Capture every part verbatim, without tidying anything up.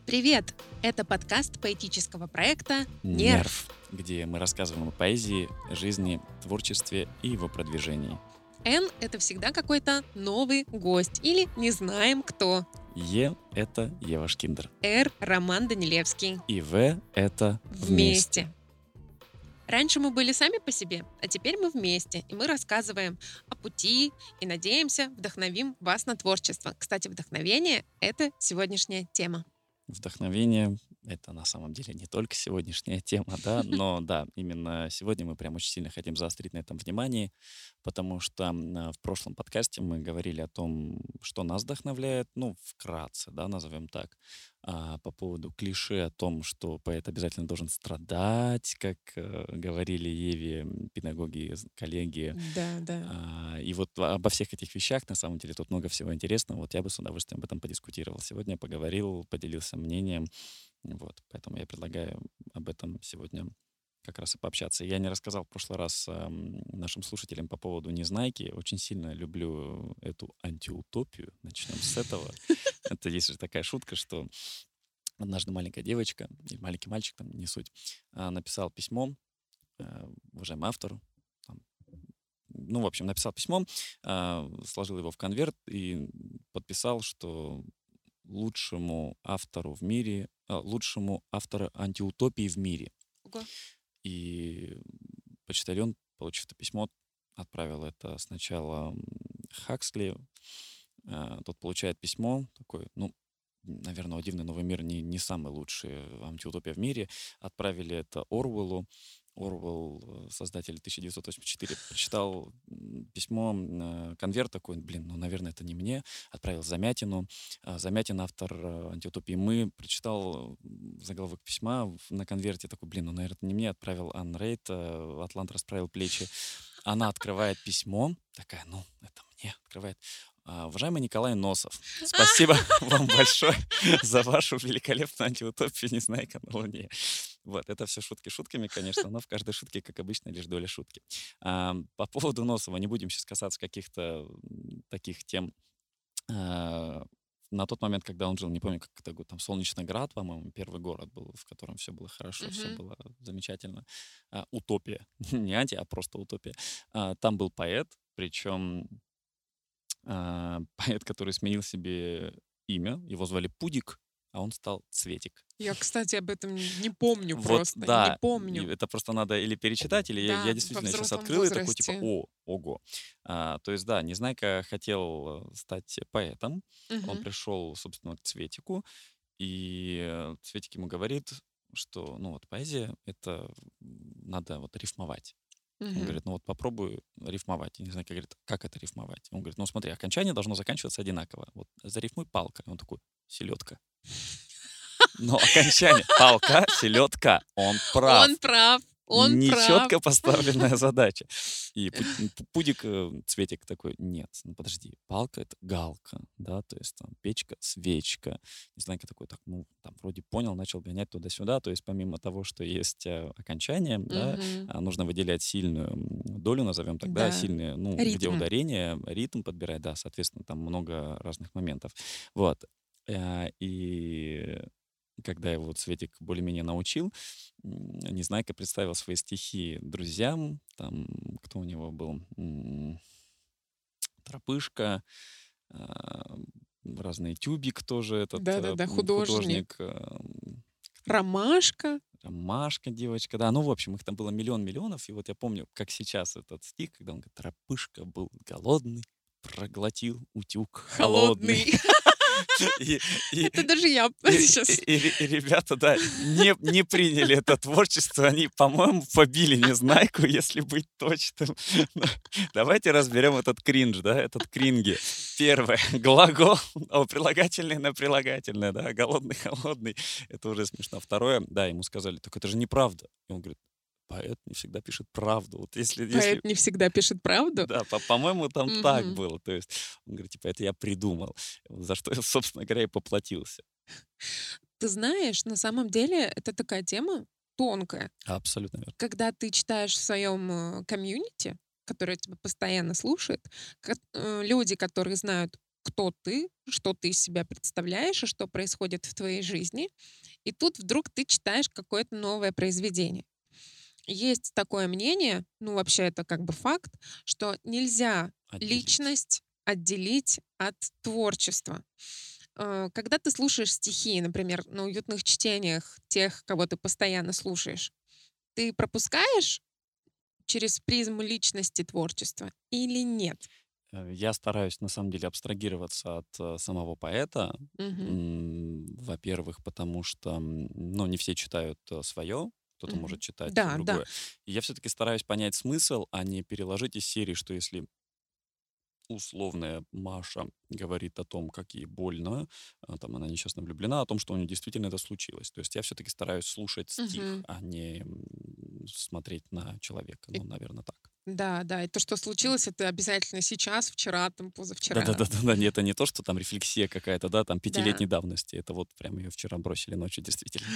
Привет! Это подкаст поэтического проекта «Нерв», где мы рассказываем о поэзии, жизни, творчестве и его продвижении. Н — это всегда какой-то новый гость или не знаем кто. Е — это Ева Шкиндер. Р — Роман Данилевский. И В — это Вместе. вместе. Раньше мы были сами по себе, а теперь мы вместе, и мы рассказываем о пути и, надеемся, вдохновим вас на творчество. Кстати, вдохновение — это сегодняшняя тема. Вдохновение — это на самом деле не только сегодняшняя тема, да, но да, именно сегодня мы прям очень сильно хотим заострить на этом внимание, потому что м, в прошлом подкасте мы говорили о том, что нас вдохновляет, ну, вкратце, да, назовем так, а, по поводу клише о том, что поэт обязательно должен страдать, как э, говорили Еве м, педагоги, з- коллеги. Да, да. А, И вот обо всех этих вещах, на самом деле, тут много всего интересного. Вот я бы с удовольствием об этом подискутировал. Сегодня поговорил, поделился мнением. Вот, поэтому я предлагаю об этом сегодня как раз и пообщаться. Я не рассказал в прошлый раз ам, нашим слушателям по поводу «Незнайки». Очень сильно люблю эту антиутопию. Начнем с этого. Это есть же такая шутка, что однажды маленькая девочка или маленький мальчик, там не суть, а, написал письмо э, уважаемому автору. Там, ну, в общем, написал письмо, а, сложил его в конверт и подписал, что лучшему автору в мире, а, лучшему автору антиутопии в мире. Ого. И почтальон, получив это письмо, отправил это сначала м, Хаксли. А, Тот получает письмо, такой, ну, наверное, «О дивный новый мир» не, не самый лучший антиутопия в мире. Отправили это Оруэллу. Оруэлл, э, создатель тысяча девятьсот восемьдесят четыре, прочитал м, письмо, м, э, конверт такой, блин, ну, наверное, это не мне. Отправил Замятину. А Замятин, автор э, антиутопии «Мы», прочитал м, заголовок письма в- на конверте, такой, блин, ну, наверное, это не мне. Отправил Анн Рейд, э, «Атлант расправил плечи». Она открывает письмо, такая, ну, это мне, открывает. А, Уважаемый Николай Носов, спасибо вам большое за вашу великолепную антиутопию «Незнайка на Луне». Вот, это все шутки шутками, конечно, но в каждой шутке, как обычно, лишь доля шутки. А, По поводу Носова не будем сейчас касаться каких-то м, таких тем. А, На тот момент, когда он жил, не помню, как это год, там Солнечноград, по-моему, первый город был, в котором все было хорошо, все Мгм. было замечательно. А, Утопия, не анти, а просто утопия. А, Там был поэт, причем а, поэт, который сменил себе имя, его звали Пудик, а он стал Цветик. Я, кстати, об этом не помню Вот, просто, не да, и помню. это просто надо или перечитать, или я, я Да, во действительно сейчас взрослом открыл и такой типа, возрасте. о, ого. А, то есть, да, Незнайка хотел э, стать поэтом, он Мгм. пришел, собственно, к Цветику, и э, Цветик ему говорит, что, ну вот, поэзия — это м, надо вот рифмовать. Он Мгм. говорит, ну вот попробуй рифмовать. И Незнайка говорит, как это рифмовать? Он говорит, ну смотри, окончание должно заканчиваться одинаково. Вот зарифмуй палка. И он такой, селедка. Но окончание палка, селедка. Он Он прав. прав, он прав. Нечетко поставленная задача. И Пу- м, Пу- Пудик, э, Цветик такой, нет, ну подожди, палка — это галка, да, то есть там печка — свечка. Незнайка такой, так, ну, там вроде понял, начал гонять туда-сюда, то есть помимо того, что есть э, окончание, да, Мгм. а, нужно выделять сильную м, долю, назовем так, да, Да. сильные, ну, где Ритм. ударение, ритм подбирать, да, соответственно, там много разных моментов. Вот. Э, И когда его вот Светик более-менее научил, м, Незнайка представил свои стихи друзьям. Там, кто у него был? М, Тропышка, а, разные Тюбик тоже этот э, Да-да-да, м, художник. художник, ам, Ромашка. Ромашка девочка, да, ну, в общем, их там было миллион миллионов, и вот я помню, как сейчас этот стих, когда он говорит, Тропышка был голодный, проглотил утюг холодный. Холодный. И, и, Это даже я И, и- сейчас. и ре- и ребята, да, не, не приняли это творчество. Они, по-моему, побили Незнайку, если быть точным. Но давайте разберем этот кринж, да, этот кринги. Первое. Глагол, о, прилагательное на прилагательное, да, голодный, холодный. Это уже смешно. Второе, да, ему сказали, так это же неправда. И он говорит, поэт не всегда пишет правду. Вот если, если Поэт не всегда пишет правду. да, по- по-моему, там так Мгм. было. То есть он говорит, типа, это я придумал. За что я, собственно говоря, и поплатился. Ты знаешь, на самом деле это такая тема тонкая. Абсолютно верно. Когда ты читаешь в своем э, комьюнити, которое тебя постоянно слушает, ко- э, люди, которые знают кто ты, что ты из себя представляешь и что происходит в твоей жизни. И тут вдруг ты читаешь какое-то новое произведение. Есть такое мнение, ну вообще это как бы факт, что нельзя Отделить. личность отделить от творчества. Э, Когда ты слушаешь стихи, например, на уютных чтениях тех, кого ты постоянно слушаешь, ты пропускаешь через призму личности творчества или нет? Э, Я стараюсь, на самом деле, абстрагироваться от э, самого поэта. Мгм. М, Во-первых, потому что, м, ну, не все читают свое, кто-то может Мгм. читать Да, да. другое. И я все-таки стараюсь понять смысл, а не переложить из серии, что если условная Маша говорит о том, как ей больно, а, там она несчастно влюблена, о том, что у нее действительно это случилось. То есть я все-таки стараюсь слушать стих, Мгм. а не м, смотреть на человека. И Ну, наверное, так. да, да. И то, что случилось, это обязательно сейчас, вчера, там, позавчера. Да-да-да-да, не это не то, что там рефлексия какая-то, да, там Да. пятилетней давности. Это вот прям ее вчера бросили ночью, действительно.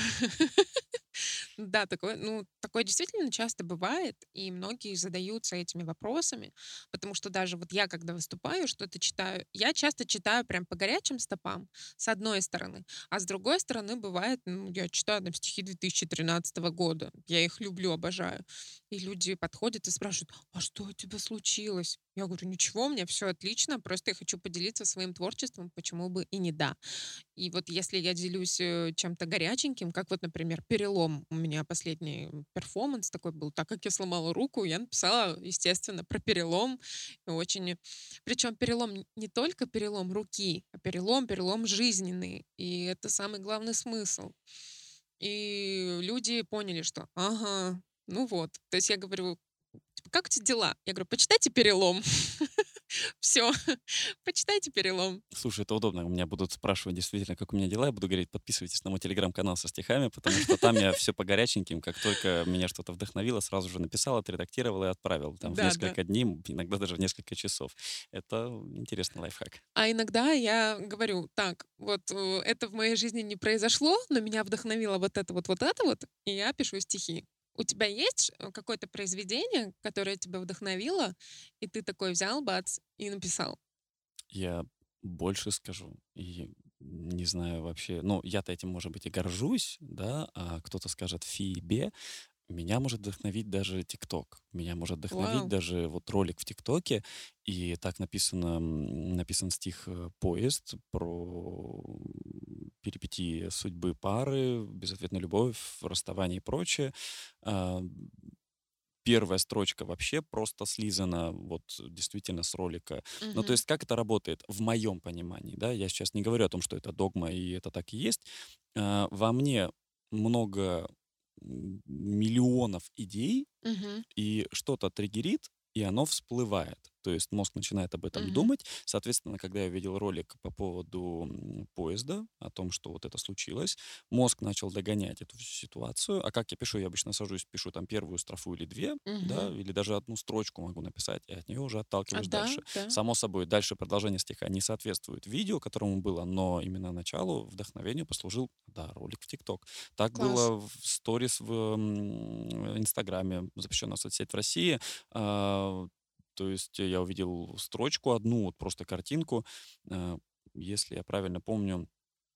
Да, такое, ну, такое действительно часто бывает, и многие задаются этими вопросами, потому что даже вот я, когда выступаю, что-то читаю, я часто читаю прям по горячим стопам, с одной стороны, а с другой стороны бывает, ну, я читаю там стихи две тысячи тринадцатого года, я их люблю, обожаю, и люди подходят и спрашивают, а что у тебя случилось? Я говорю, ничего, у меня все отлично, просто я хочу поделиться своим творчеством, почему бы и не да. И вот если я делюсь, э, чем-то горяченьким, как вот, например, перелом. У меня последний перформанс такой был. Так как я сломала руку, я написала, естественно, про перелом. И очень... Причем перелом н- не только перелом руки, а перелом, перелом жизненный. И это самый главный смысл. И люди поняли, что ага, ну вот. То есть я говорю, типа, как у тебя дела? Я говорю, почитайте перелом. Все, почитайте перелом. Слушай, это удобно. У меня будут спрашивать действительно, как у меня дела. Я буду говорить, подписывайтесь на мой телеграм-канал со стихами, потому что там я все по горяченьким. Как только меня что-то вдохновило, сразу же написал, отредактировал и отправил. Там в Да, да. несколько дней, м, иногда даже в несколько часов. Это интересный лайфхак. А иногда я говорю: "Так, вот, э, это в моей жизни не произошло, но меня вдохновило вот это вот, вот это вот", и я пишу стихи. У тебя есть э, какое-то произведение, которое тебя вдохновило, и ты такой взял, бац, и написал? Я больше скажу. И не знаю вообще. Ну, я-то этим, может быть, и горжусь, да, а кто-то скажет фи бе. Меня может вдохновить даже ТикТок. Меня может вдохновить Вау! даже вот ролик в ТикТоке. И так написано, м, написан стих э, «Поезд» про м, перипетии судьбы пары, безответную любовь, расставание и прочее. А, Первая строчка вообще просто слизана вот действительно с ролика. Ну, то Мгм. есть как это работает в моем понимании, да? Я сейчас не говорю о том, что это догма и это так и есть. А, Во мне много м, миллионов идей, Мгм. и что-то триггерит, и оно всплывает. То есть мозг начинает об этом Мгм. думать. Соответственно, когда я видел ролик по поводу м, поезда, о том, что вот это случилось, мозг начал догонять эту всю ситуацию. А как я пишу? Я обычно сажусь, пишу там первую строфу или две, да, Мгм. или даже одну строчку могу написать, и от нее уже А, отталкиваюсь да, дальше. да. Само собой, дальше продолжение стиха не соответствует видео, которому было, но именно началу вдохновению послужил, да, ролик в ТикТок. Так Класс. было в сторис в м, Инстаграме, запрещенная соцсеть в России. А, То есть я увидел строчку одну, вот просто картинку. А, Если я правильно помню,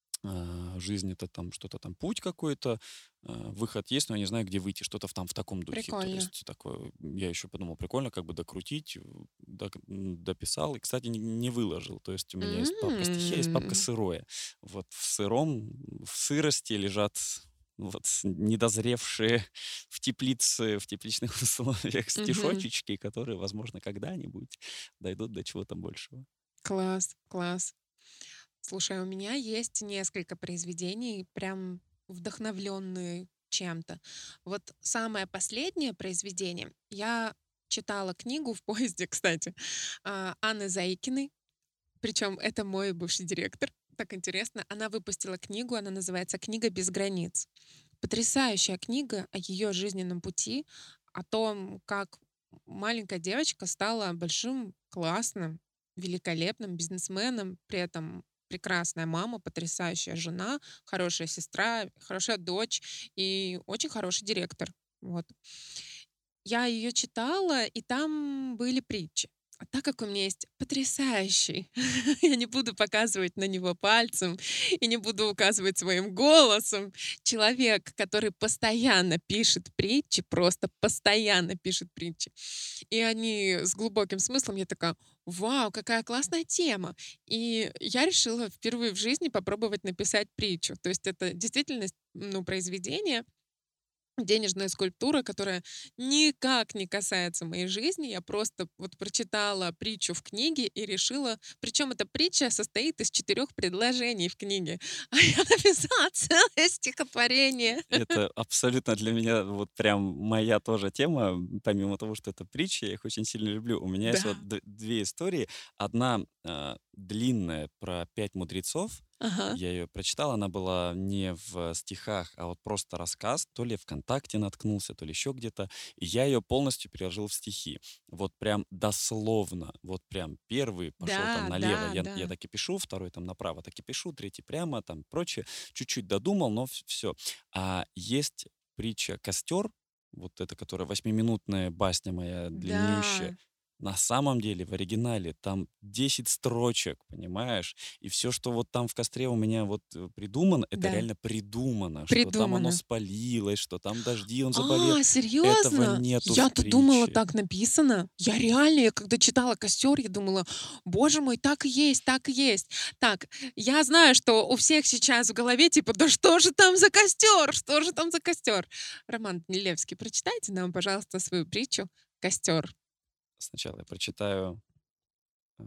а, жизнь это там что-то там, путь какой-то, а, выход есть, но я не знаю, где выйти, что-то в там в таком духе. То Прикольно. есть такое, я еще подумал, прикольно, как бы докрутить, э, док- м, дописал, и, кстати, не, не выложил. То есть у меня есть папка стихи, а есть папка М. сырое. Вот в сыром, в сырости лежат вот недозревшие в теплице, в тепличных условиях Мгм. стишочечки, которые, возможно, когда-нибудь дойдут до чего-то большего. Класс, класс. Слушай, а у меня есть несколько произведений, прям вдохновленные чем-то. Вот самое последнее произведение, я читала книгу в поезде, кстати, а, Анны Заикиной, причем это мой бывший директор. Так интересно, она выпустила книгу, она называется «Книга без границ». Потрясающая книга о ее жизненном пути, о том, как маленькая девочка стала большим, классным, великолепным бизнесменом, при этом прекрасная мама, потрясающая жена, хорошая сестра, хорошая дочь и очень хороший директор. Вот. Я ее читала, и там были притчи. А так как у меня есть потрясающий, я не буду показывать на него пальцем и не буду указывать своим голосом, человек, который постоянно пишет притчи, просто постоянно пишет притчи, и они с глубоким смыслом, я такая: "Вау, какая классная тема!" И я решила впервые в жизни попробовать написать притчу. То есть это действительно с ну, произведение, денежная скульптура, которая никак не касается моей жизни. Я просто вот прочитала притчу в книге и решила, причем эта притча состоит из четырех предложений в книге, а я написала целое стихотворение. Это абсолютно для меня вот прям моя тоже тема. М, помимо того, что это притчи, я их очень сильно люблю. У меня есть вот Да. д две истории. Одна, а, длинная, про пять мудрецов. Ага. Я ее прочитал, она была не в стихах, а вот просто рассказ. То ли "ВКонтакте" наткнулся, то ли еще где-то. И я ее полностью переложил в стихи. Вот прям дословно. Вот прям первый пошел там Да, налево, да, я я да. так и пишу, второй там направо так и пишу, третий прямо, там прочее. Чуть-чуть додумал, но вс всё. А есть притча "Костер", вот эта, которая восьмиминутная басня моя, длиннющая. Да. На самом деле в оригинале там десять строчек, понимаешь? И всё, что вот там в костре у меня вот, э, придумано, это Да. реально придумано, что там оно Придумано. спалилось, что там дожди, он заболел. А, Этого серьезно? нету в Я-то думала, притче. так написано. Я реально, я когда читала "Костер", я думала: "Боже мой, так и есть, так и есть". Так, я знаю, что у всех сейчас в голове типа: "Да что же там за костер? Что же там за костер?" Роман Данилевский, прочитайте нам, пожалуйста, свою притчу "Костер". Сначала я прочитаю, э,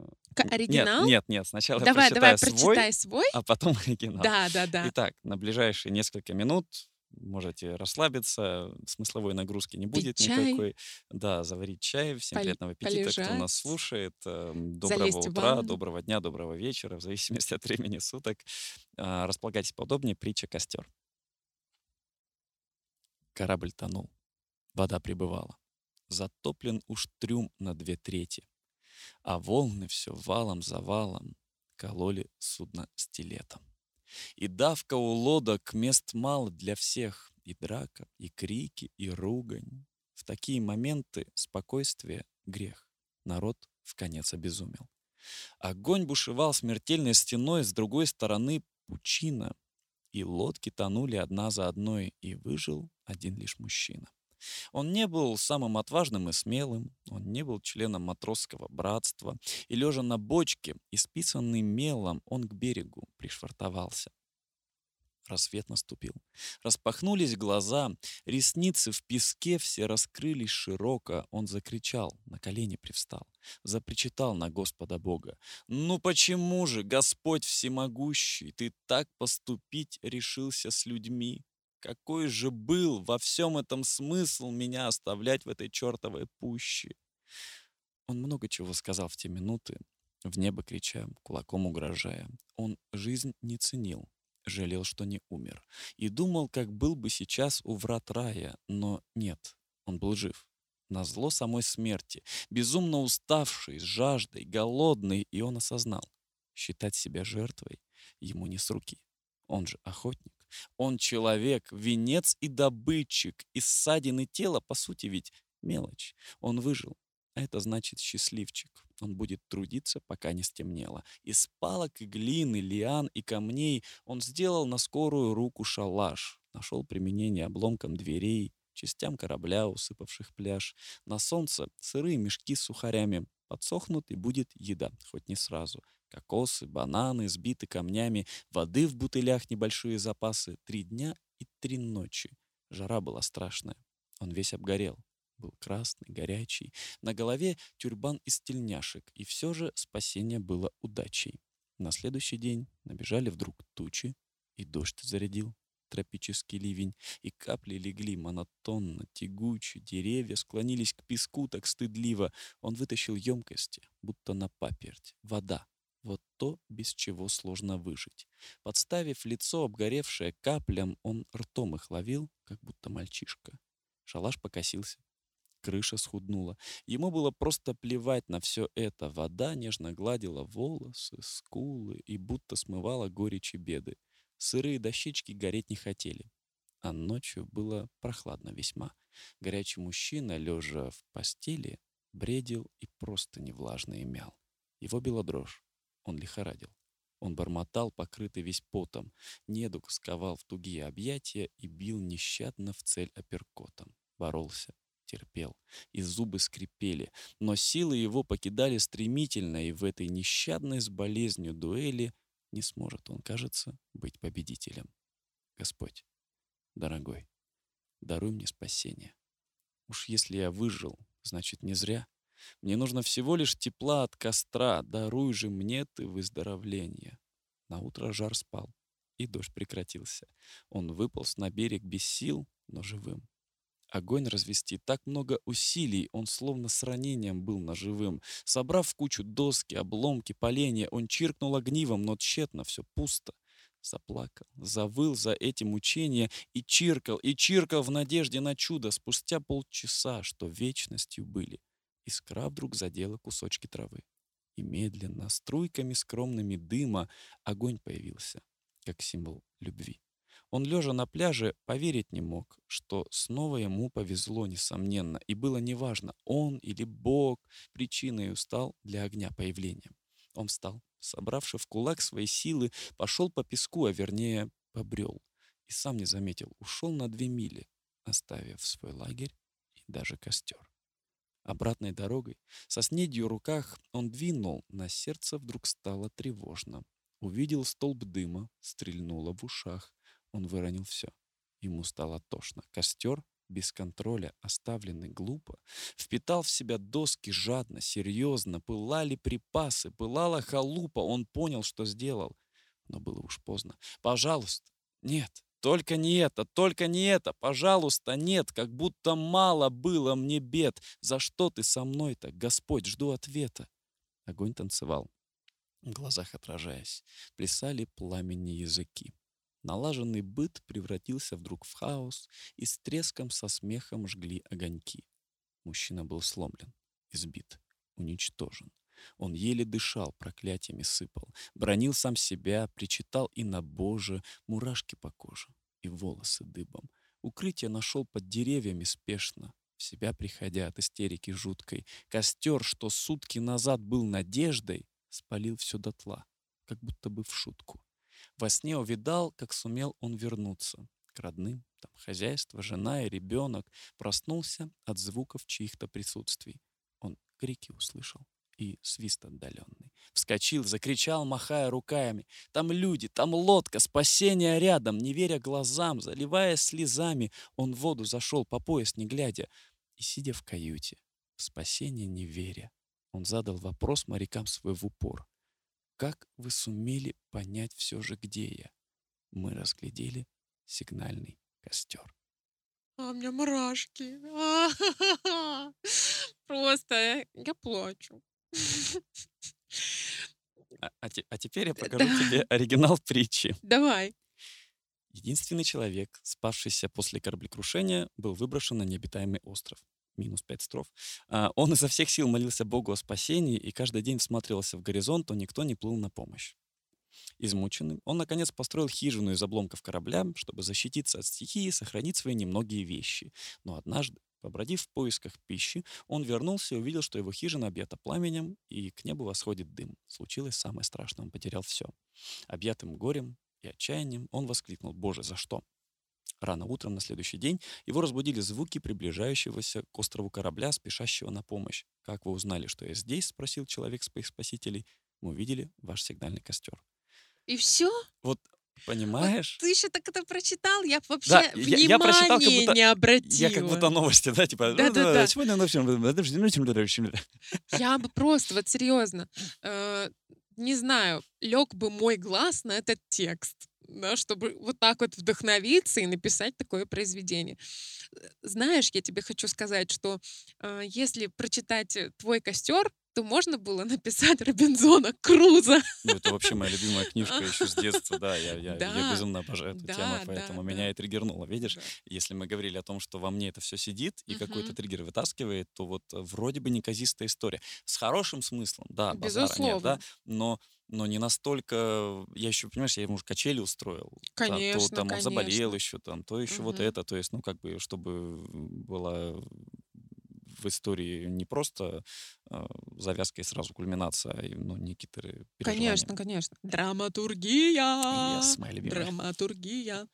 К н нет оригинал? нет нет, сначала я Давай давай, прочитаю свой, прочитай свой. а потом оригинал. Да-да-да. Итак, на ближайшие несколько минут можете расслабиться, смысловой нагрузки не Пить будет чай. никакой. Да, заварить чай. Всем Поль приятного аппетита, кто нас полежать. слушает. Эм, доброго Залезть в утра, ванну. доброго дня, доброго вечера, в зависимости от времени суток. А, располагайтесь поудобнее. Притча "Костер". Корабль тонул, вода прибывала. Затоплен уж трюм на две трети, а волны всё валом за валом кололи судно стилетом. И давка у лодок мест мало для всех, и драка, и крики, и ругань. В такие моменты спокойствие — грех. Народ вконец обезумел. Огонь бушевал смертельной стеной, с другой стороны — пучина, и лодки тонули одна за одной, и выжил один лишь мужчина. Он не был самым отважным и смелым, он не был членом матросского братства, и, лежа на бочке, исписанный мелом, он к берегу пришвартовался. Рассвет наступил. Распахнулись глаза, ресницы в песке все раскрылись широко. Он закричал, на колени привстал, запричитал на Господа Бога: "Ну почему же, Господь всемогущий, ты так поступить решился с людьми? Какой же был во всем этом смысл меня оставлять в этой чертовой пуще?" Он много чего сказал в те минуты, в небо крича, кулаком угрожая. Он жизнь не ценил, жалел, что не умер, и думал, как был бы сейчас у врат рая, но нет, он был жив. Назло самой смерти, безумно уставший, с жаждой, голодный, и он осознал: считать себя жертвой ему не с руки. Он же охотник, он человек, венец и добытчик, и ссадины тела, по сути, ведь мелочь. Он выжил, а это значит счастливчик. Он будет трудиться, пока не стемнело. Из палок и глины, лиан и камней он сделал на скорую руку шалаш, нашел применение обломкам дверей, частям корабля, усыпавших пляж. На солнце сырые мешки с сухарями подсохнут, и будет еда, хоть не сразу. Кокосы, бананы, сбиты камнями, воды в бутылях небольшие запасы. Три дня и три ночи. Жара была страшная. Он весь обгорел. Был красный, горячий. На голове тюрбан из тельняшек. И все же спасение было удачей. На следующий день набежали вдруг тучи, и дождь зарядил, тропический ливень, и капли легли монотонно, тягуче, деревья склонились к песку так стыдливо. Он вытащил емкости, будто на паперть. Вода. Вот то, без чего сложно выжить. Подставив лицо, обгоревшее каплям, он ртом их ловил, как будто мальчишка. Шалаш покосился. Крыша схуднула. Ему было просто плевать на все это. Вода нежно гладила волосы, скулы и будто смывала горечь и беды. Сырые дощечки гореть не хотели. А ночью было прохладно весьма. Горячий мужчина, лежа в постели, Бредил и просто невлажно мял. Его била дрожь. Он лихорадил. Он бормотал, покрытый весь потом. Недуг сковал в тугие объятия и бил нещадно в цель апперкотом. Боролся, терпел, и зубы скрипели. Но силы его покидали стремительно, и в этой нещадной с болезнью дуэли не сможет он, кажется, быть победителем. Господь, дорогой, даруй мне спасение. Уж если я выжил, значит, не зря. Мне нужно всего лишь тепла от костра. Даруй же мне ты выздоровление. Наутро жар спал, и дождь прекратился. Он выполз на берег без сил, но живым. Огонь развести так много усилий, он словно с ранением был ножевым. Собрав в кучу доски, обломки, поленья, он чиркнул огнивом, но тщетно, все пусто. Заплакал, завыл за эти мучения и чиркал, и чиркал в надежде на чудо. Спустя полчаса, что вечностью были, искра вдруг задела кусочки травы. И медленно, струйками скромными дыма, огонь появился, как символ любви. Он, лежа на пляже, поверить не мог, что снова ему повезло, несомненно, и было неважно, он или Бог причиной стал для огня появлением. Он встал, собравши в кулак свои силы, пошел по песку, а вернее побрел, и сам не заметил, ушел на две мили, оставив свой лагерь и даже костер. Обратной дорогой, со снедью в руках, он двинул, на сердце вдруг стало тревожно. Увидел столб дыма, стрельнуло в ушах. Он выронил все. Ему стало тошно. Костер, без контроля, оставленный глупо, впитал в себя доски жадно, серьезно. Пылали припасы, пылала халупа. Он понял, что сделал. Но было уж поздно. «Пожалуйста, нет, только не это, только не это, пожалуйста, нет, как будто мало было мне бед. За что ты со мной-то, Господь, жду ответа?» Огонь танцевал, в глазах отражаясь. Плясали пламени языки. Налаженный быт превратился вдруг в хаос, и с треском со смехом жгли огоньки. Мужчина был сломлен, избит, уничтожен. Он еле дышал, проклятиями сыпал, бранил сам себя, причитал и на Боже, мурашки по коже и волосы дыбом. Укрытие нашел под деревьями спешно, в себя приходя от истерики жуткой. Костер, что сутки назад был надеждой, спалил все дотла, как будто бы в шутку. Во сне увидал, как сумел он вернуться к родным, там хозяйство, жена и ребенок. Проснулся от звуков чьих-то присутствий. Он крики услышал и свист отдаленный. Вскочил, закричал, махая руками. Там люди, там лодка, спасение рядом. Не веря глазам, заливаясь слезами, он в воду зашел по пояс, не глядя. И, сидя в каюте, в спасение не веря, он задал вопрос морякам свой в упор. «Как вы сумели понять все же, где я?» Мы разглядели сигнальный костер. А у меня мурашки. А, Просто я плачу. А, а те- а теперь я покажу Да, тебе оригинал притчи. давай. Единственный человек, спасшийся после кораблекрушения, был выброшен на необитаемый остров. Минус пять строф. А, Он изо всех сил молился Богу о спасении и каждый день всматривался в горизонт, но никто не плыл на помощь. Измученный, он, наконец, построил хижину из обломков корабля, чтобы защититься от стихии и сохранить свои немногие вещи. Но однажды, побродив в поисках пищи, он вернулся и увидел, что его хижина объята пламенем, и к небу восходит дым. Случилось самое страшное, он потерял все. Объятым горем и отчаянием, он воскликнул: «Боже, за что?» Рано утром на следующий день его разбудили звуки приближающегося к острову корабля, спешащего на помощь. «Как вы узнали, что я здесь?» — спросил человек своих спасителей. «Мы увидели ваш сигнальный костер». И все? Вот, Вот понимаешь? ты еще так это прочитал, я Да, вообще я, я прочитал, как внимания будто не я как будто обратила. новости, да, типа. «Ну да, Да-да-да. сегодня ночью». Я бы просто, вот серьезно, э, не знаю, лег бы мой глаз на этот текст, да, чтобы вот так вот вдохновиться и написать такое произведение. Э, Знаешь, я тебе хочу сказать, что э, если прочитать э, твой костер, то можно было написать Робинзона Круза. Ну, это вообще моя любимая книжка еще с детства, да, я, я, я Да, безумно обожаю эту тему, да, да, поэтому меня да, и триггернуло. Видишь, да. если мы говорили о том, что во мне это все сидит и какой-то Мгм. триггер вытаскивает, то вот э, вроде бы неказистая история. С хорошим смыслом, да, базара нет, да, Безусловно. но, но не настолько... Я еще, понимаешь, я ему уже качели устроил, та- то Конечно, там он заболел конечно. еще, там, то еще вот Мгм. это, то есть, ну, как бы, чтобы была в истории не просто э, завязка и сразу кульминация, а и, ну, некоторые переживания. Конечно, конечно. Yes, Драматургия! моя любимая. Драматургия!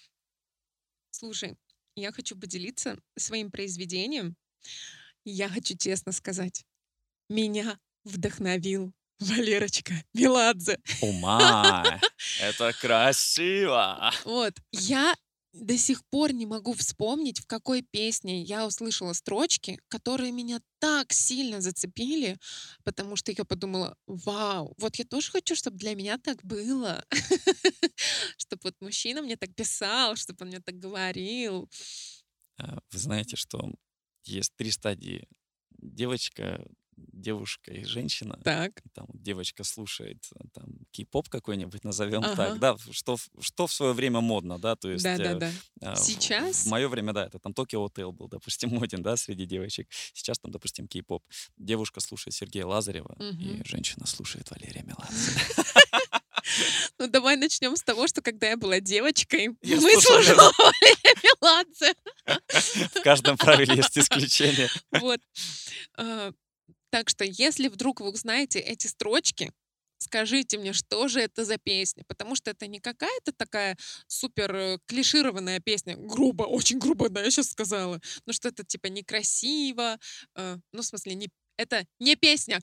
Слушай, я хочу поделиться своим произведением. Я хочу честно сказать, меня вдохновил Валерочка Меладзе. О май! Это красиво! Вот, я до сих пор не могу вспомнить, в какой песне я услышала строчки, которые меня так сильно зацепили, потому что я подумала: "Вау, вот я тоже хочу, чтобы для меня так было". Чтобы вот мужчина мне так писал, чтобы он мне так говорил. А, Вы знаете, что есть три стадии: девочка, девушка и женщина. Так, И там вот девочка слушает э, там кей-поп какой-нибудь, назовем так, ага, да, в- что, в- что в свое время модно, да, то есть э, да-да-да. а, в, Сейчас мое время, да, это там Tokyo Hotel был, допустим, моден, да, среди девочек. Сейчас там, допустим, кей-поп. Девушка слушает Сергея Лазарева, и мгм. женщина слушает Валерия Меладзе. Ну, давай начнем с того, что когда я была девочкой, Я мы слушал слушали Леру. Валерия Меладзе. В каждом правиле есть исключение. Вот. А, Так что, если вдруг вы узнаете эти строчки, скажите мне, что же это за песня, потому что это не какая-то такая супер э, клишированная песня, грубо, очень грубо, да, я сейчас сказала, но что это типа некрасиво, э, ну, в смысле, не, это не песня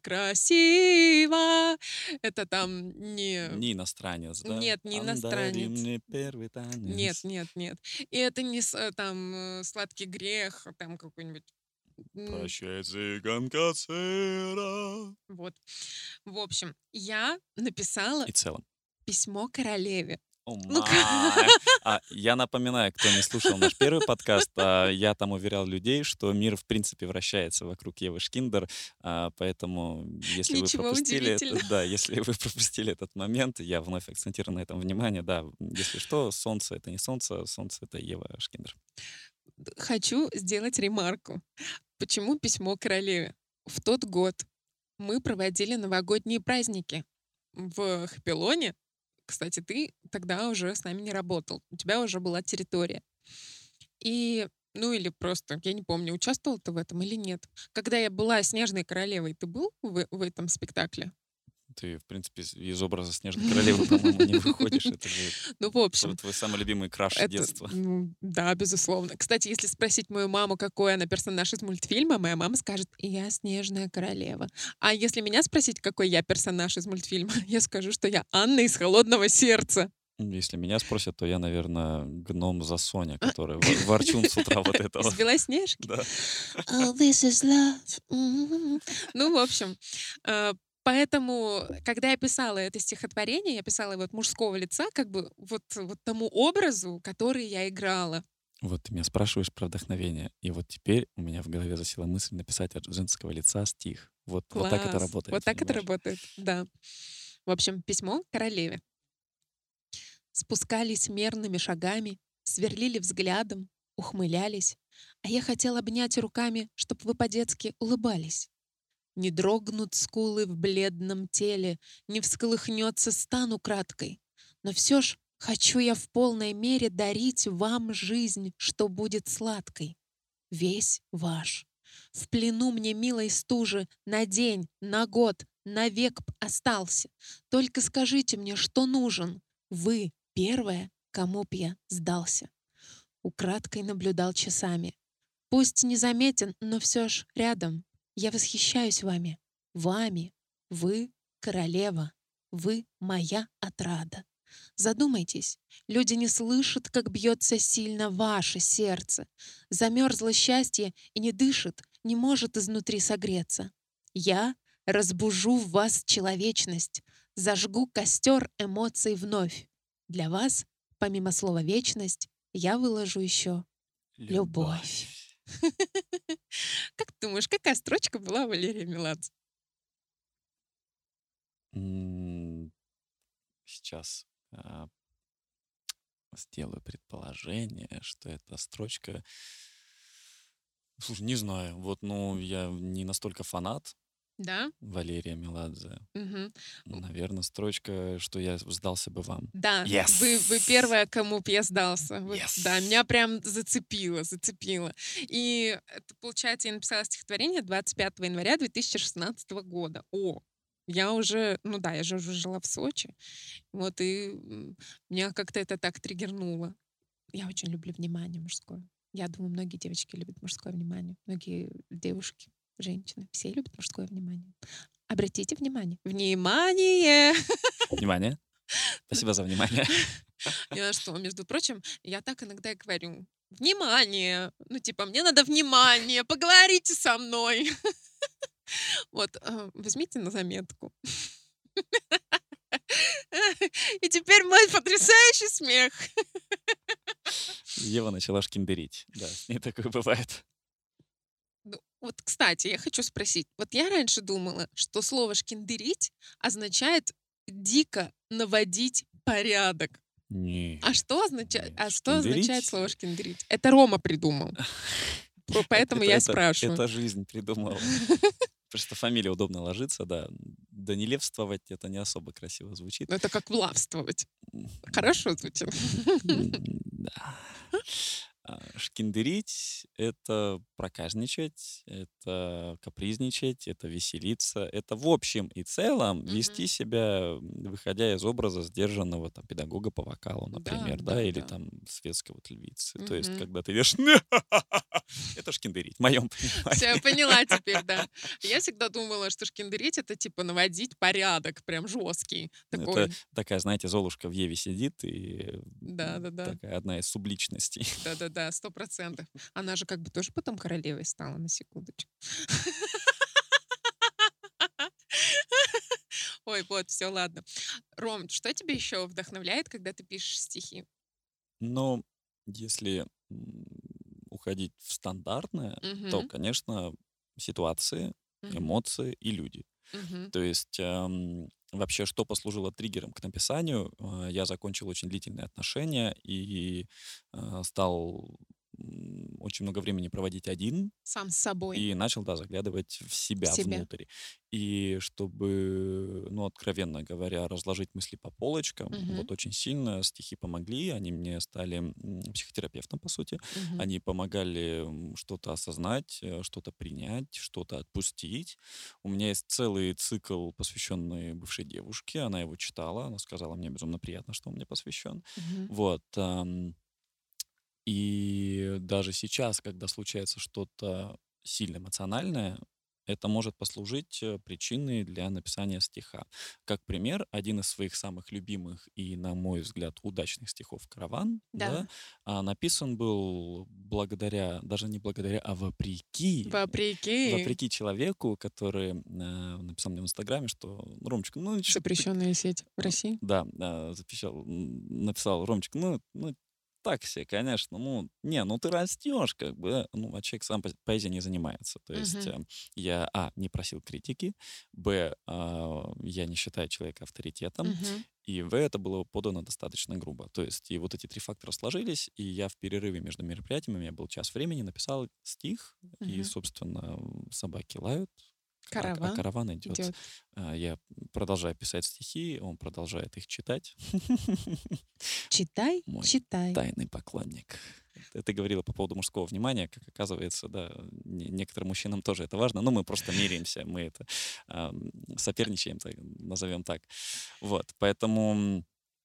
красиво, это там не, Не иностранец, да? нет, не Подари иностранец, мне первый нет, танец. нет, нет, и это не с- э, там э, сладкий грех, там какой-нибудь, м, Прощай, цыганка Цера. вот. В общем, я написала И целом. письмо королеве. О Ну, ка май! А, я напоминаю, кто не слушал наш первый подкаст, а, я там уверял людей, что мир, в принципе, вращается вокруг Евы Шкиндер, а, поэтому если вы ничего пропустили это, удивительного. да, если вы пропустили этот момент, я вновь акцентирую на этом внимание, да, если что, солнце — это не солнце, солнце — это Ева Шкиндер. Д Хочу сделать ремарку. Почему письмо королеве? В тот год мы проводили новогодние праздники в Хапилоне. Кстати, ты тогда уже с нами не работал. У тебя уже была территория. И, ну, или просто, я не помню, участвовал ты в этом или нет. Когда я была "Снежной королевой", ты был в в этом спектакле? Ты, в принципе, из из образа Снежной королевы, по-моему, не выходишь. Это же Ну, в твой общем, твой самый любимый краш это, детства. ну да, безусловно. Кстати, если спросить мою маму, какой она персонаж из мультфильма, моя мама скажет: "Я Снежная королева". А если меня спросить, какой я персонаж из мультфильма, я скажу, что я Анна из "Холодного сердца". М, Если меня спросят, то я, наверное, гном за Соня, который во- ворчун с утра вот этого. Из "Белоснежки". Да. Oh, this is love. М. Ну, в общем, э, поэтому, когда я писала это стихотворение, я писала его от мужского лица, как бы вот вот тому образу, который я играла. Вот ты меня спрашиваешь про вдохновение. И вот теперь у меня в голове засела мысль написать от женского лица стих. Вот, вот так это Класс. работает, Вот так это понимаешь? работает, да. В общем, письмо королеве. Спускались мерными шагами, сверлили взглядом, ухмылялись, а я хотел обнять руками, чтоб вы по-детски улыбались. Не дрогнут скулы в бледном теле, не всколыхнется стан украдкой. Но все ж хочу я в полной мере дарить вам жизнь, что будет сладкой. Весь ваш. В плену мне милой стужи на день, на год, навек б остался. Только скажите мне, что нужен. Вы первая, кому б я сдался. Украдкой наблюдал часами. Пусть незаметен, но все ж рядом. Я восхищаюсь вами. Вами. Вы королева. Вы моя отрада. Задумайтесь, люди не слышат, как бьется сильно ваше сердце. Замерзло счастье и не дышит, не может изнутри согреться. Я разбужу в вас человечность, зажгу костер эмоций вновь. Для вас, помимо слова «вечность», я выложу еще любовь. Любовь. Как ты думаешь, какая строчка была у Валерия Меладзе? М, Сейчас а, сделаю предположение, что эта строчка... Слушай, не знаю. Вот, ну, я не настолько фанат. Да? Валерия Меладзе. Мгм. М, Наверное, строчка, что я сдался бы вам. Да, вы, вы Yes! первая, кому б я сдался. Вот, да, Yes! меня прям зацепило, зацепило. И это, получается, я написала стихотворение двадцать пятого января две тысячи шестнадцатого года. О, я уже, ну да, я же уже жила в Сочи. Вот, и м, меня как-то это так триггернуло. Я очень люблю внимание мужское. Я думаю, многие девочки любят мужское внимание. Многие девушки, женщины, все любят мужское внимание. Обратите внимание. Внимание! Внимание. Спасибо за внимание. Ни на что. Между прочим, я так иногда и говорю. Внимание! Ну, типа, мне надо внимание, поговорите со мной. Вот, э, возьмите на заметку. И теперь мой потрясающий смех. Ева начала шкиндерить. Да, с ней такое бывает. Ну, вот, кстати, я хочу спросить. Вот я раньше думала, что слово «шкиндерить» означает дико наводить порядок. А Нет, что означает, нет. а что означает Шкиндерить слово «шкиндерить»? Это Рома придумал. По- это, Поэтому это, я и это, спрашиваю. это жизнь придумала. Просто фамилия удобно ложится, да. Данилевствовать это не особо красиво звучит. Ну, это как влавствовать. М, Хорошо звучит. м, Да. А, Шкиндерить — это проказничать, это капризничать, это веселиться, это в общем и целом Мгм. вести себя, м, выходя из образа сдержанного там, педагога по вокалу, Да, например, да, да, или да. там светской вот львицы. То есть, Мгм. когда ты вешь, это шкиндерить, в моем Все, я понимании. поняла теперь, да. Я всегда думала, что шкиндерить — это типа наводить порядок, прям жесткий Это такой. такая, знаете, Золушка в Еве сидит, и м, Да-да-да. такая одна из субличностей. Да-да-да, сто процентов. Она же как бы тоже потом королевой стала, на секундочку. Ой, вот, все, ладно. Ром, что тебя еще вдохновляет, когда ты пишешь стихи? Но если м, уходить в стандартное, то, Мгм. конечно, ситуации, Мгм. эмоции и люди. Мгм. То есть ам, вообще, что послужило триггером к написанию? А, Я закончил очень длительные отношения и а, стал м, очень много времени проводить один, Сам с собой, и начал, да, заглядывать в в себя себя. внутрь. И чтобы, ну, откровенно говоря, разложить мысли по полочкам, Мгм. вот очень сильно стихи помогли. Они мне стали м, психотерапевтом, по сути. Мгм. Они помогали м, что-то осознать, э, что-то принять, что-то отпустить. У меня есть целый цикл, посвященный бывшей девушке. Она его читала. Она сказала, мне безумно приятно, что он мне посвящен. Мгм. Вот. ам, и даже сейчас, когда случается что-то сильно эмоциональное, это может послужить э, причиной для написания стиха. Как пример, один из своих самых любимых и, на мой взгляд, удачных стихов «Караван», да, Да. а, написан был благодаря, даже не благодаря, а вопреки, Вопреки вопреки человеку, который э, написал мне в Инстаграме, что «Ромчик, ну что ты запрещенная сеть в М, России. да, а, запищал, м, написал: «Ромчик, ну ну так се, конечно, ну, не, ну ты растешь, как бы, да». Ну, а человек сам поз поэзией не занимается. То есть, Мгм. э, я, а, не просил критики, б, а, я не считаю человека авторитетом, Мгм. и в, это было подано достаточно грубо. То есть, и вот эти три фактора сложились, и я в перерыве между мероприятиями, у меня был час времени, написал стих, и, Мгм. собственно, собаки лают, а а Караван караван идет. идет. А, Я продолжаю писать стихи, он продолжает их читать. Читай, Мой читай. тайный поклонник. Т Ты говорила по поводу мужского внимания, как оказывается, да, не некоторым мужчинам тоже это важно. Но мы просто меряемся, мы это, ам, соперничаем, так назовем так. Вот, поэтому, м,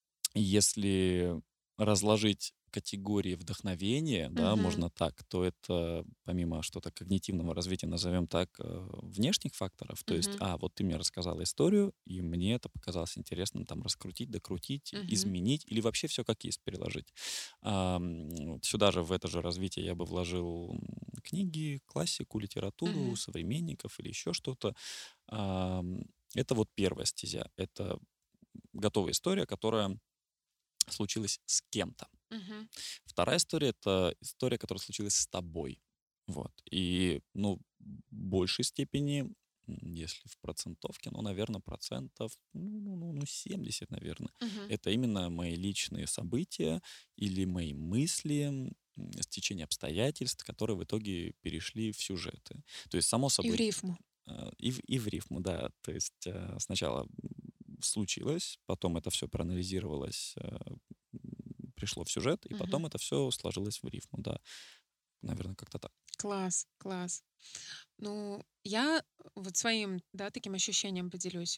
если разложить категории вдохновения, да, Мгм. можно так, то это помимо что-то когнитивного развития, назовем так, э, внешних факторов. То есть, Мгм. а, вот ты мне рассказала историю, и мне это показалось интересным там раскрутить, докрутить, Мгм. изменить или вообще все как есть переложить. Ам, вот сюда же, в это же развитие я бы вложил м, книги, классику, литературу, Мгм. современников или еще что-то. Ам, Это вот первая стезя. Это готовая история, которая случилась с кем-то. Мгм. Вторая история — это история, которая случилась с тобой. Вот. И, ну, в большей степени, м, если в процентовке, ну, наверное, процентов, ну, ну, ну, ну, семьдесят, наверное. Мгм. Это именно мои личные события или мои мысли, м, стечение обстоятельств, которые в итоге перешли в сюжеты. То есть, само И в собой, рифму. Э, и в и в рифму, да. То есть, э, сначала, м, случилось, потом это всё проанализировалось, э, м, пришло в сюжет, и Мгм. потом это всё сложилось в рифму, да. Наверно, как-то так. Класс, класс. Ну, я вот своим, да, таким ощущением поделюсь.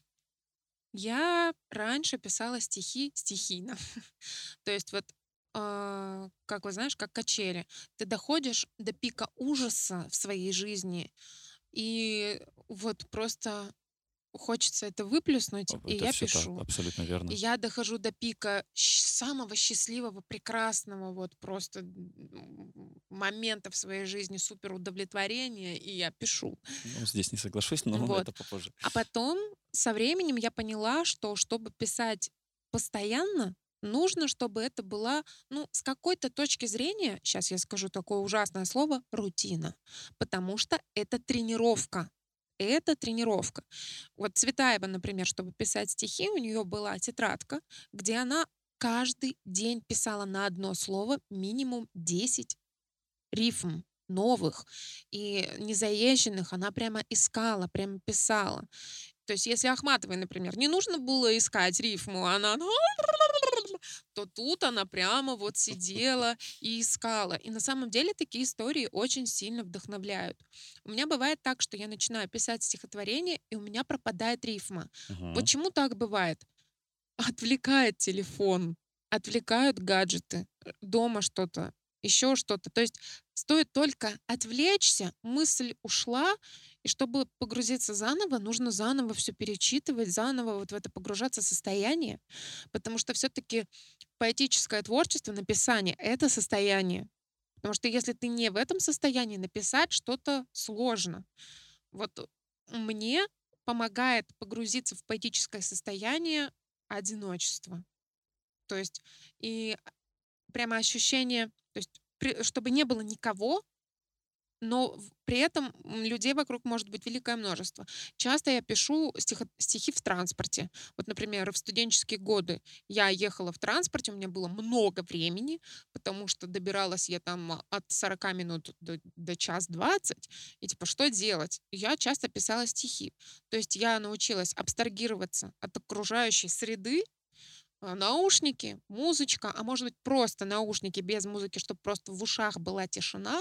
Я раньше писала стихи стихийно. То есть вот, а, как вот знаешь, как качели. Ты доходишь до пика ужаса в своей жизни, и вот просто хочется это выплеснуть, Об и это я всё так, пишу. абсолютно И верно. я дохожу до пика щ самого счастливого, прекрасного вот просто, м, момента в своей жизни, суперудовлетворения, и я пишу. Ну, здесь не соглашусь, но Вот. это попозже. А потом со временем я поняла, что чтобы писать постоянно, нужно, чтобы это была, ну, с какой-то точки зрения, щас я скажу такое ужасное слово, рутина. Потому что это тренировка. Это тренировка. Вот Цветаева, например, чтобы писать стихи, у неё была тетрадка, где она каждый день писала на одно слово минимум десять рифм новых и незаезженных. Она прямо искала, прямо писала. То есть если Ахматовой, например, не нужно было искать рифму, она то тут она прямо вот сидела и искала. И на самом деле такие истории очень сильно вдохновляют. У меня бывает так, что я начинаю писать стихотворение, и у меня пропадает рифма. Мгм. Почему так бывает? Отвлекает телефон, отвлекают гаджеты, э, дома что-то, ещё что-то. То есть стоит только отвлечься, мысль ушла, и чтобы погрузиться заново, нужно заново всё перечитывать, заново вот в это погружаться состояние. Потому что всё-таки поэтическое творчество, написание- это состояние. Потому что если ты не в этом состоянии, написать что-то сложно. Вот мне помогает погрузиться в поэтическое состояние одиночество. То есть и, а, прямо ощущение, то есть при чтобы не было никого, но в при этом, м, людей вокруг может быть великое множество. Часто я пишу стихо стихи в транспорте. Вот, например, в студенческие годы я ехала в транспорте, у меня было много времени, потому что добиралась я там от сорока минут до до час двадцать. И типа что делать? Я часто писала стихи. То есть я научилась абстрагироваться от окружающей среды. А, наушники, музычка, а может быть, просто наушники без музыки, чтоб просто в ушах была тишина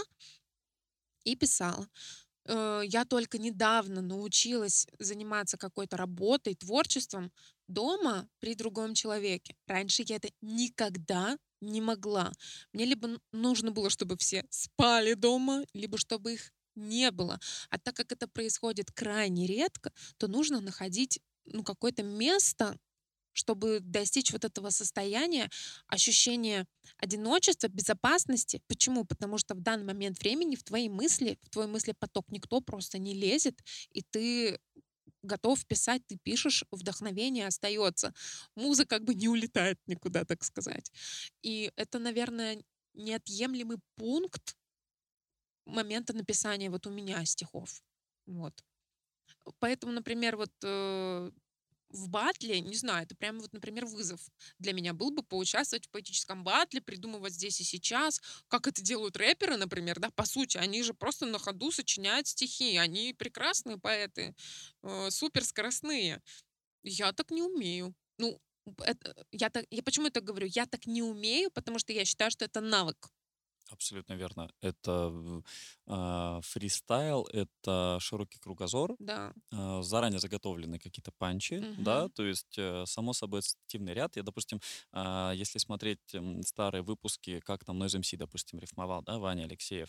и писала. Э, я только недавно научилась заниматься какой-то работой, творчеством дома при другом человеке. Раньше я это никогда не могла. Мне либо н нужно было, чтобы все спали дома, либо чтобы их не было. А так как это происходит крайне редко, то нужно находить, ну, какое-то место, чтобы достичь вот этого состояния, ощущения одиночества, безопасности. Почему? Потому что в данный момент времени в твои мысли, в твой мыслепоток никто просто не лезет, и ты готов писать, ты пишешь, вдохновение остаётся. Муза как бы не улетает никуда, так сказать. И это, наверное, неотъемлемый пункт момента написания вот у меня стихов. Вот. Поэтому, например, вот, э, в баттле, не знаю, это прямо вот, например, вызов для меня был бы поучаствовать в поэтическом баттле, придумывать здесь и сейчас, как это делают рэперы, например, да. По сути, они же просто на ходу сочиняют стихи, они прекрасные поэты, э, суперскоростные. Я так не умею. Ну, это я так я почему я так говорю? Я так не умею, потому что я считаю, что это навык. Абсолютно верно. Это в а, фристайл, это широкий кругозор, Да. а, заранее заготовленные какие-то панчи, да, Мгм. то есть, э, само собой ассоциативный ряд. Я, допустим, а, если смотреть, м, старые выпуски, как там Noise MC, допустим, рифмовал, да, Ваня Алексеев,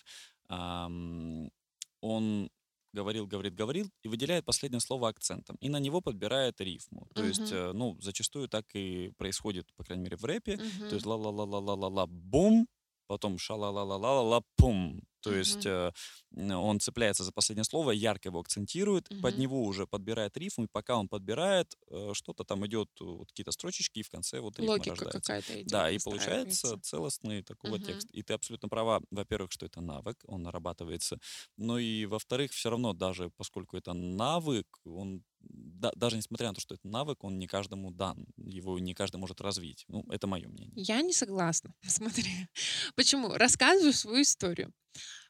ам, он говорил говорит говорил и выделяет последнее слово акцентом, и на него подбирает рифму. То есть, Мгм. э, ну, зачастую так и происходит, по крайней мере, в рэпе. То есть Мгм. ла-ла-ла-ла-ла-ла-ла-бум, потом ша-ла-ла-ла-ла-ла-ла-пум. То есть, Мгм. э, н он цепляется за последнее слово, ярко его акцентирует, под Мгм. него уже подбирает рифму, и пока он подбирает, э, что-то там идет, вот какие-то строчечки, и в конце вот рифма Логика рождается. какая-то идёт, Да, и получается выстраивается. целостный такого Мгм. текст. И ты абсолютно права, во-первых, что это навык, он нарабатывается. Но и во-вторых, всё равно, даже поскольку это навык, он да даже несмотря на то, что это навык, он не каждому дан, его не каждый может развить. Ну, это моё мнение. Я не согласна. Смотри, почему? Рассказываю свою историю.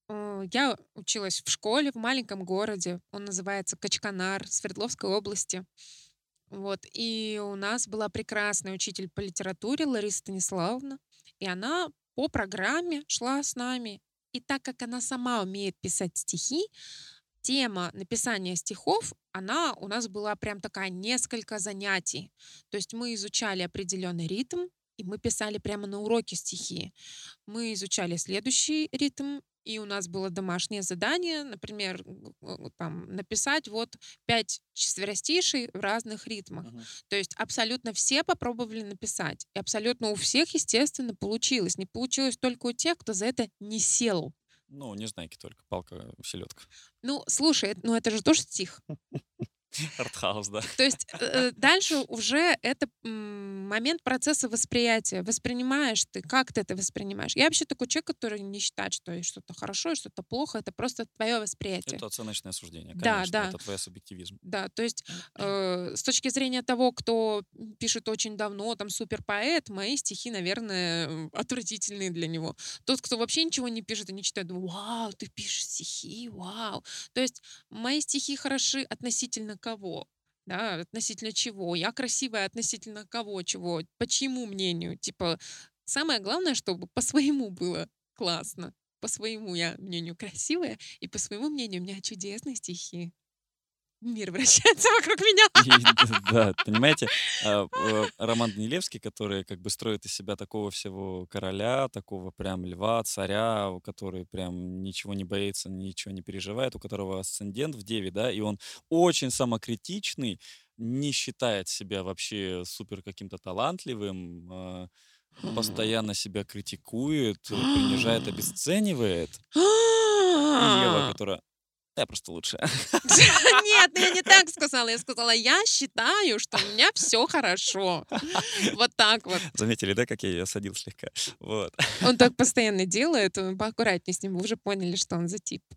Э, я училась в школе в маленьком городе. Он называется Качканар, Свердловской области. Вот. И у нас была прекрасная учитель по литературе Лариса Станиславовна. И она по программе шла с нами. И так как она сама умеет писать стихи, тема написания стихов, она у нас была прям такая несколько занятий. То есть мы изучали определенный ритм, и мы писали прямо на уроке стихи. Мы изучали следующий ритм, и у нас было домашнее задание, например, г- г- там, написать вот пять четверостишей в разных ритмах. Мгм. То есть абсолютно все попробовали написать. И абсолютно у всех, естественно, получилось. Не получилось только у тех, кто за это не сел. Ну, не знаки только, палка, селедка. Ну, слушай, ну это же тоже стих. Артхаус, да. То есть э, дальше уже это м, момент процесса восприятия. Воспринимаешь ты, как ты это воспринимаешь. Я вообще такой человек, который не считает, что и что-то хорошо, и что-то плохо. Это просто твое восприятие. Это оценочное суждение, Да, конечно, да, это твой субъективизм. да. То есть э, с точки зрения того, кто пишет очень давно, там супер поэт, мои стихи, наверное, м, отвратительные для него. Тот, кто вообще ничего не пишет и не читает, вау, ты пишешь стихи, вау. То есть мои стихи хороши относительно кого? Да, относительно чего? Я красивая относительно кого, чего? По чьему мнению? Типа, самое главное, чтобы по своему было классно. По своему я мнению красивая, и по своему мнению у меня чудесные стихи. Мир вращается вокруг меня. И д да, понимаете, а, э, Роман Данилевский, который как бы строит из себя такого всего короля, такого прям льва, царя, у который прям ничего не боится, ничего не переживает, у которого асцендент в деве, да, и он очень самокритичный, не считает себя вообще супер каким-то талантливым, а, постоянно себя критикует, э, принижает, обесценивает. И Ева, которая: "Я просто лучше". Нет, ну я не так сказала. Я сказала, я считаю, что у меня все хорошо. Вот так вот. Заметили, да, как я ее осадил слегка? Вот. Он так постоянно делает. э, Поаккуратнее с ним. Вы уже поняли, что он за тип.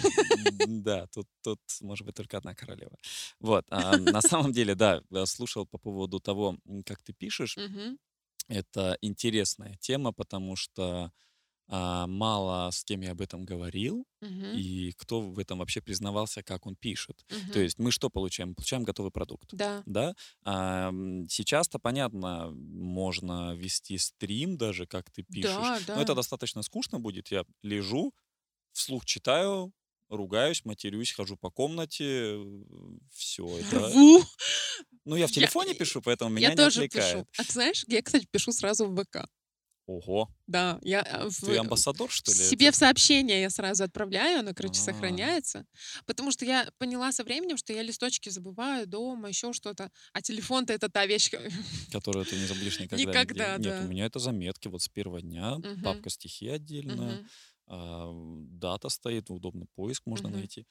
М, Да, тут, тут может быть только одна королева. Вот. А на самом деле, да, я слушал по поводу того, м, как ты пишешь. Мгм, Это интересная тема, потому что а, мало с кем я об этом говорил, мгм, и кто в этом вообще признавался, как он пишет. То мгм. есть мы что получаем? Мы получаем готовый продукт. Да, Да? А, м, сейчас-то, понятно, можно вести стрим даже, как ты пишешь, да, но это да. достаточно скучно будет. Я лежу, вслух читаю, ругаюсь, матерюсь, хожу по комнате, все это. Рву. Ну, я в Я, телефоне и- пишу, поэтому я меня не тоже пишу. отвлекает. А ты знаешь, я, кстати, пишу сразу в вэ ка. Ого, Да, я э, в, ты э, амбассадор, в что ли? себе Это? в сообщение я сразу отправляю, оно, короче, А, сохраняется. Потому что я поняла со временем, что я листочки забываю дома, еще что-то. А телефон-то это та вещь, которую ты не забудешь никогда нигде. никогда, Нет, у да. меня это заметки вот с первого дня, Мгм, папка стихи отдельно, мгм, а, дата стоит, удобный поиск можно мгм. найти.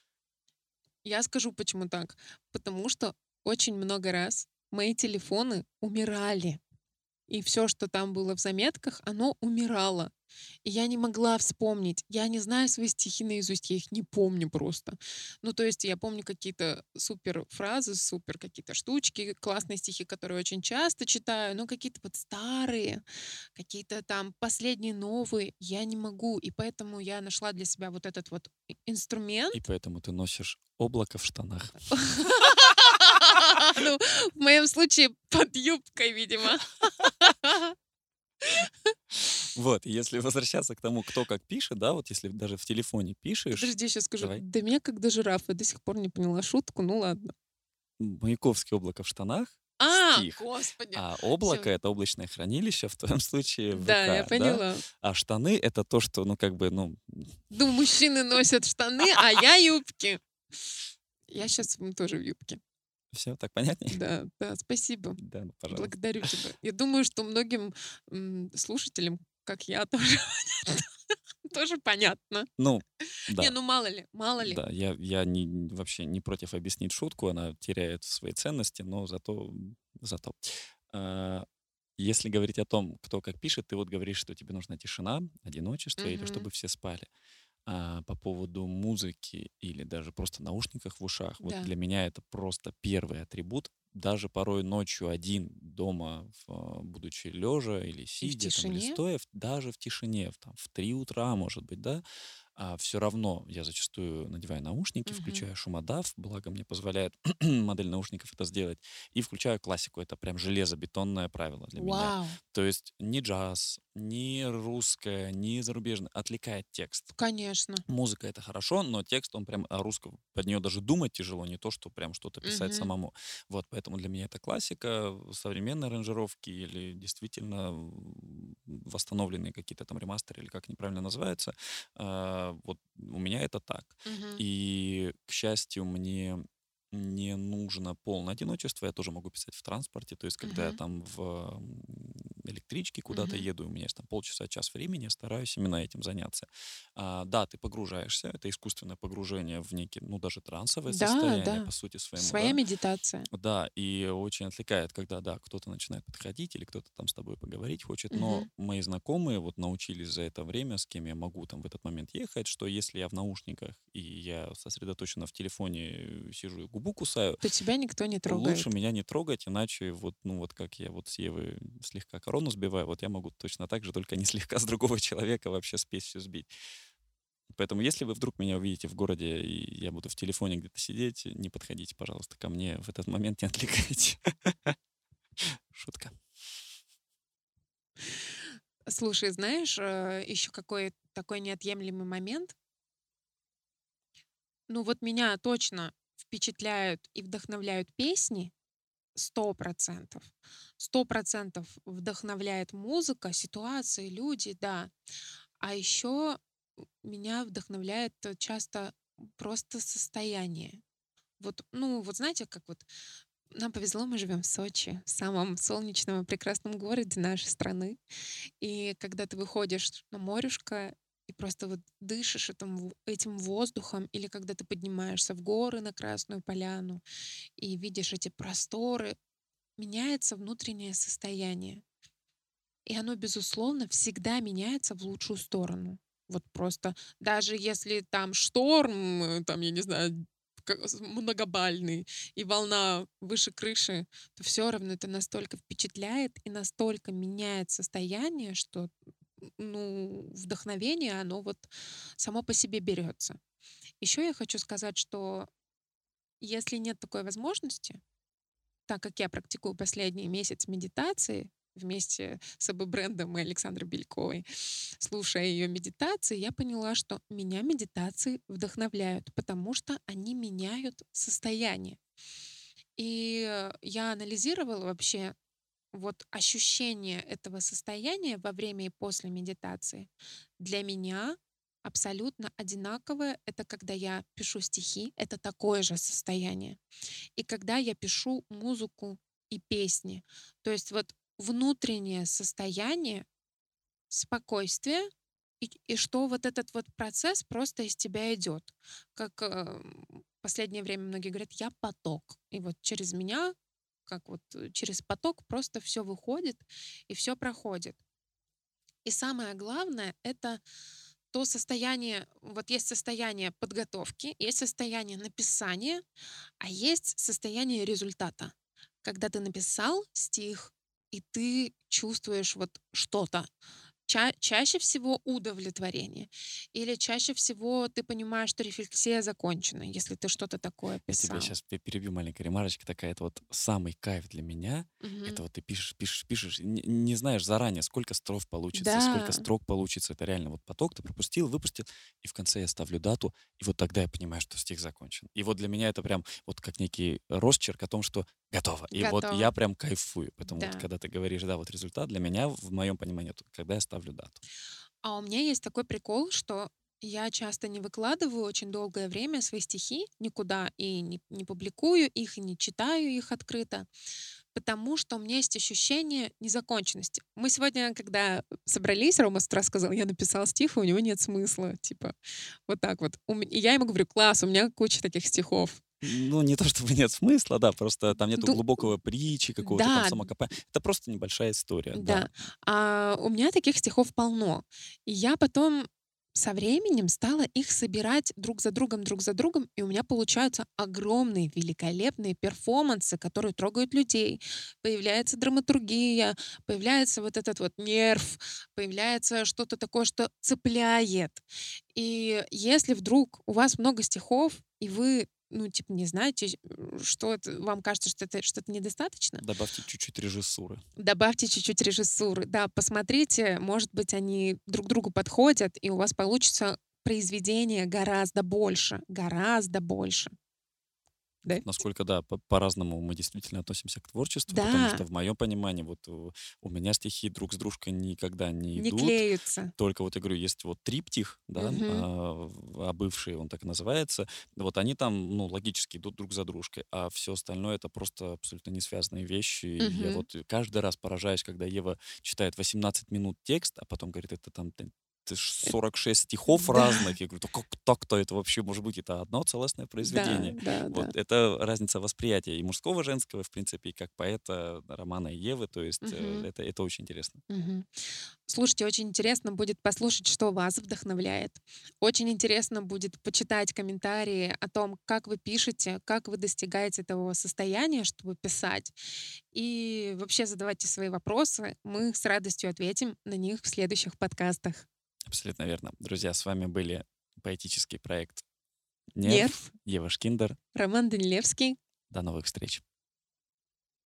Я скажу, почему так. Потому что очень много раз мои телефоны умирали. И все, что там было в заметках, оно умирало. И я не могла вспомнить. Я не знаю свои стихи наизусть, я их не помню просто. Ну, то есть я помню какие-то супер фразы, супер какие-то штучки, классные стихи, которые очень часто читаю, но какие-то вот старые, какие-то там последние новые, я не могу. И поэтому я нашла для себя вот этот вот и- И инструмент. поэтому ты носишь облако в штанах. Ну, в моем случае под юбкой, видимо. Вот, и если возвращаться к тому, кто как пишет, да, вот если даже в телефоне пишешь, Подожди, сейчас скажу. давай, До меня как до жирафа. До сих пор не поняла шутку. Ну ладно. Маяковский "Облако в штанах", А, стих, господи. а Все. облако — это облачное хранилище, в твоем случае Да, я вэ ка, да, поняла. а штаны — это то, что, ну, как бы, ну, Ну, мужчины носят штаны, а я юбки. Я сейчас тоже в юбке. все так понятней? Да, да, спасибо. Да, ну, пожалуйста. Благодарю тебя. Я думаю, что многим м, слушателям, как я, тоже, тоже понятно. Ну Не, да. ну мало ли, мало ли. Да, я, я не, вообще не против объяснить шутку, она теряет свои ценности, но зато, зато. А, Если говорить о том, кто как пишет, ты вот говоришь, что тебе нужна тишина, одиночество или Мгм. чтобы все спали. А по поводу музыки или даже просто наушниках в ушах, вот Да. для меня это просто первый атрибут. Даже порой ночью один дома, в, а, будучи лежа или И в сидя там, или тишине. стоя, в- даже в тишине, в, там, в три утра, может быть, да, а все равно я зачастую надеваю наушники, Мгм. включаю шумодав, благо мне позволяет модель наушников это сделать, и включаю классику. Это прям железобетонное правило для меня. Вау! То есть ни джаз, ни русское, ни зарубежное отвлекает текст. Конечно. Музыка — это хорошо, но текст, он прям а, русского, под нее даже думать тяжело, не то, что прям что-то писать Мгм. самому. Вот, поэтому для меня это классика, современные аранжировки или действительно м, восстановленные какие-то там ремастеры, или как они правильно называются. А, Вот у меня это так. Мгм. И, к счастью, мне не нужно полное одиночество, я тоже могу писать в транспорте, то есть когда я Мгм. там в м, электричке куда-то Мгм. еду, у меня есть там полчаса, час времени, я стараюсь именно этим заняться. А, да, ты погружаешься, это искусственное погружение в некие, ну, даже трансовое Да, состояние, да. по сути своему, Своя да. медитация. Да, и очень отвлекает, когда, да, кто-то начинает подходить или кто-то там с тобой поговорить хочет, но Мгм. мои знакомые вот научились за это время, с кем я могу там в этот момент ехать, что если я в наушниках и я сосредоточенно в телефоне э, сижу и губу кусаю, То тебя никто не лучше трогает. меня не трогать, иначе вот, ну вот как я вот с Евы слегка корону сбиваю, вот я могу точно так же, только не слегка с другого человека вообще спесь всю сбить. Поэтому, если вы вдруг меня увидите в городе, и я буду в телефоне где-то сидеть, не подходите, пожалуйста, ко мне в этот момент, не отвлекайте. Шутка. Слушай, знаешь, еще какой такой неотъемлемый момент. Ну вот меня точно впечатляют и вдохновляют песни. Сто процентов. Сто процентов вдохновляет музыка, ситуации, люди, да. А еще меня вдохновляет э, часто просто состояние. Вот, ну, вот знаете, как вот нам повезло, мы живем в Сочи, в самом солнечном и прекрасном городе нашей страны. И когда ты выходишь на морюшко и просто вот дышишь этим, в- этим воздухом, или когда ты поднимаешься в горы на Красную Поляну и видишь эти просторы, меняется внутреннее состояние. И оно, безусловно, всегда меняется в лучшую сторону. Вот просто даже если там шторм, э, там, я не знаю, ка- с- многобальный, и волна выше крыши, то все равно это настолько впечатляет и настолько меняет состояние, что м, ну, вдохновение, оно вот само по себе берется. Еще я хочу сказать, что если нет такой возможности, так как я практикую последний месяц медитации вместе с брендом и Александрой Бельковой, слушая ее медитации, я поняла, что меня медитации вдохновляют, потому что они меняют состояние. И э, я анализировала вообще вот ощущение этого состояния во время и после медитации. Для меня абсолютно одинаковое. Это когда я пишу стихи, это такое же состояние. И когда я пишу музыку и песни. То есть вот внутреннее состояние спокойствия, и, и что вот этот вот процесс просто из тебя идет. Как э, м, последнее время многие говорят, я поток. И вот через меня, как вот э, через поток просто все выходит и все проходит. И самое главное — это то состояние, вот есть состояние подготовки, есть состояние написания, а есть состояние результата. Когда ты написал стих, и ты чувствуешь вот что-то. Ча- чаще всего удовлетворение. Или чаще всего ты понимаешь, что рефлексия закончена, если ты что-то такое Я тебя писал. сейчас перебью, маленькая ремарочка такая. Это вот самый кайф для меня. Мгм. Это вот ты пишешь, пишешь, пишешь, и не, не знаешь заранее, сколько строф получится, сколько Да, строк получится. Это реально вот поток ты пропустил, выпустил, и в конце я ставлю дату, и вот тогда я понимаю, что стих закончен. И вот для меня это прям вот как некий росчерк о том, что готово. И вот готово. я прям кайфую. Поэтому вот Да. когда ты говоришь, да, вот результат для меня, в моем понимании, это когда я ставлю дату. А у меня есть такой прикол, что я часто не выкладываю очень долгое время свои стихи никуда и не, не публикую их, и не читаю их открыто, потому что у меня есть ощущение незаконченности. Мы сегодня, когда собрались, Рома с утра сказал, я написал стих, и у него нет смысла. Типа, вот так вот. У ме- И я ему говорю, класс, у меня куча таких стихов. Ну, не то чтобы нет смысла, да, просто там нету Ду- глубокого притчи, какого-то там да, самокопания. Это просто небольшая история, да. да. А у меня таких стихов полно. И я потом со временем стала их собирать друг за другом, друг за другом, и у меня получаются огромные, великолепные перформансы, которые трогают людей. Появляется драматургия, появляется вот этот вот нерв, появляется что-то такое, что цепляет. И если вдруг у вас много стихов, и вы, ну, типа, не знаете, э, что это, вам кажется, что это что-то недостаточно, Добавьте чуть-чуть режиссуры. добавьте чуть-чуть режиссуры. Да, посмотрите, может быть, они друг другу подходят, и у вас получится произведение гораздо больше, гораздо больше. Да? Вот насколько, да, по- по-разному мы действительно относимся к творчеству, потому что Да, в моем понимании вот э, у меня стихи друг с дружкой никогда не не идут. клеются. Только вот я говорю, есть вот триптих, да, Мгм, а, в- а бывший он так и называется. Вот они там, ну, логически идут друг за дружкой, а все остальное это просто абсолютно не связанные вещи. И я мгм. вот каждый раз поражаюсь, когда Ева читает восемнадцать минут текст, а потом говорит, это там т- т- ш- Э, сорок шесть стихов Да, разных. Я говорю, да как так-то это вообще может быть? Это одно целостное да, произведение. да, Вот да. это разница восприятия и мужского, и женского, в принципе, и как поэта Романа и Евы. То есть э, Мгм, это, это очень интересно. мгм. Слушайте, очень интересно будет послушать, что вас вдохновляет. Очень интересно будет почитать комментарии о том, как вы пишете, как вы достигаете того состояния, чтобы писать. И вообще задавайте свои вопросы. Мы с радостью ответим на них в следующих подкастах. Абсолютно верно. Друзья, с вами были поэтический проект Нерв, «Нерв», Ева Шкиндер. Роман Данилевский. До новых встреч.